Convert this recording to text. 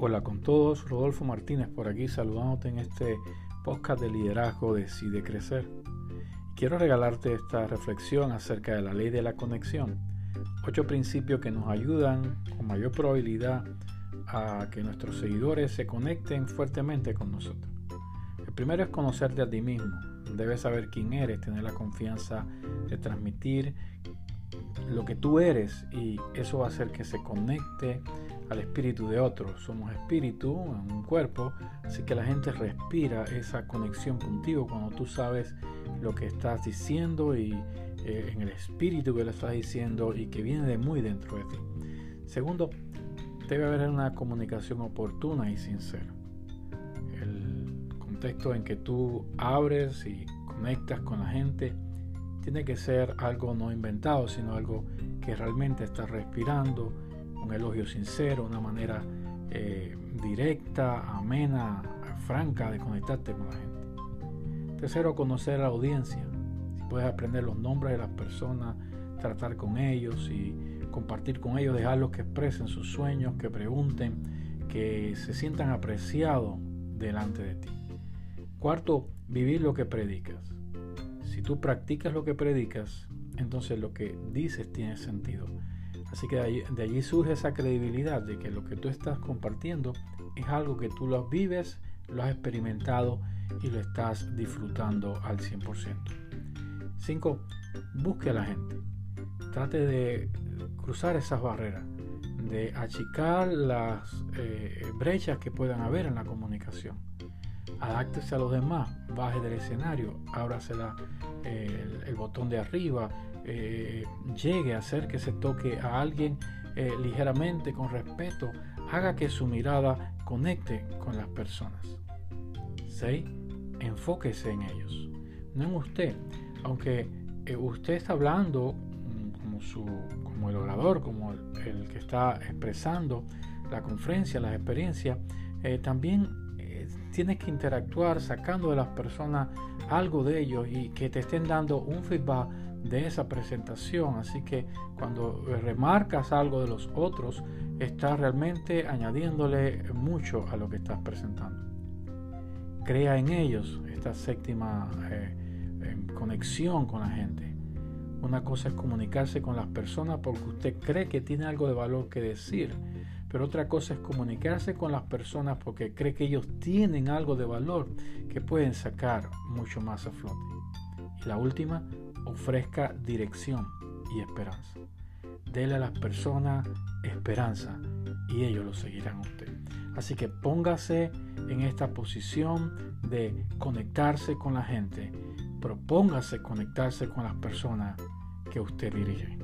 Hola con todos, Rodolfo Martínez por aquí saludándote en este podcast de liderazgo Decide Crecer. Quiero regalarte esta reflexión acerca de la ley de la conexión. 8 principios que nos ayudan con mayor probabilidad a que nuestros seguidores se conecten fuertemente con nosotros. El primero es conocerte a ti mismo. Debes saber quién eres, tener la confianza de transmitir lo que tú eres y eso va a hacer que se conecte al espíritu de otros. Somos espíritu en un cuerpo, así que la gente respira esa conexión contigo cuando tú sabes lo que estás diciendo y en el espíritu que lo estás diciendo y que viene de muy dentro de ti. Segundo, debe haber una comunicación oportuna y sincera. El contexto en que tú abres y conectas con la gente tiene que ser algo no inventado, sino algo que realmente estás respirando, un elogio sincero, una manera directa, amena, franca de conectarte con la gente. Tercero, conocer a la audiencia. Si puedes aprender los nombres de las personas, tratar con ellos y compartir con ellos, dejarlos que expresen sus sueños, que pregunten, que se sientan apreciados delante de ti. Cuarto, vivir lo que predicas. Si tú practicas lo que predicas, entonces lo que dices tiene sentido. Así que de allí surge esa credibilidad de que lo que tú estás compartiendo es algo que tú lo vives, lo has experimentado y lo estás disfrutando al 100%. 5. Busque a la gente. Trate de cruzar esas barreras, de achicar las brechas que puedan haber en la comunicación. Adáctese a los demás, baje del escenario, ábrase el botón de arriba, llegue a hacer que se toque a alguien ligeramente, con respeto, haga que su mirada conecte con las personas. 6. Enfóquese en ellos, no en usted. Aunque usted está hablando como el orador, como el que está expresando la conferencia, las experiencias, también tienes que interactuar sacando de las personas algo de ellos y que te estén dando un feedback de esa presentación. Así que cuando remarcas algo de los otros, estás realmente añadiéndole mucho a lo que estás presentando. Crea en ellos esta séptima conexión con la gente. Una cosa es comunicarse con las personas porque usted cree que tiene algo de valor que decir, pero otra cosa es comunicarse con las personas porque cree que ellos tienen algo de valor que pueden sacar mucho más a flote. Y la última, ofrezca dirección y esperanza. Dele a las personas esperanza y ellos lo seguirán a usted. Así que póngase en esta posición de conectarse con la gente. Propóngase conectarse con las personas que usted dirige.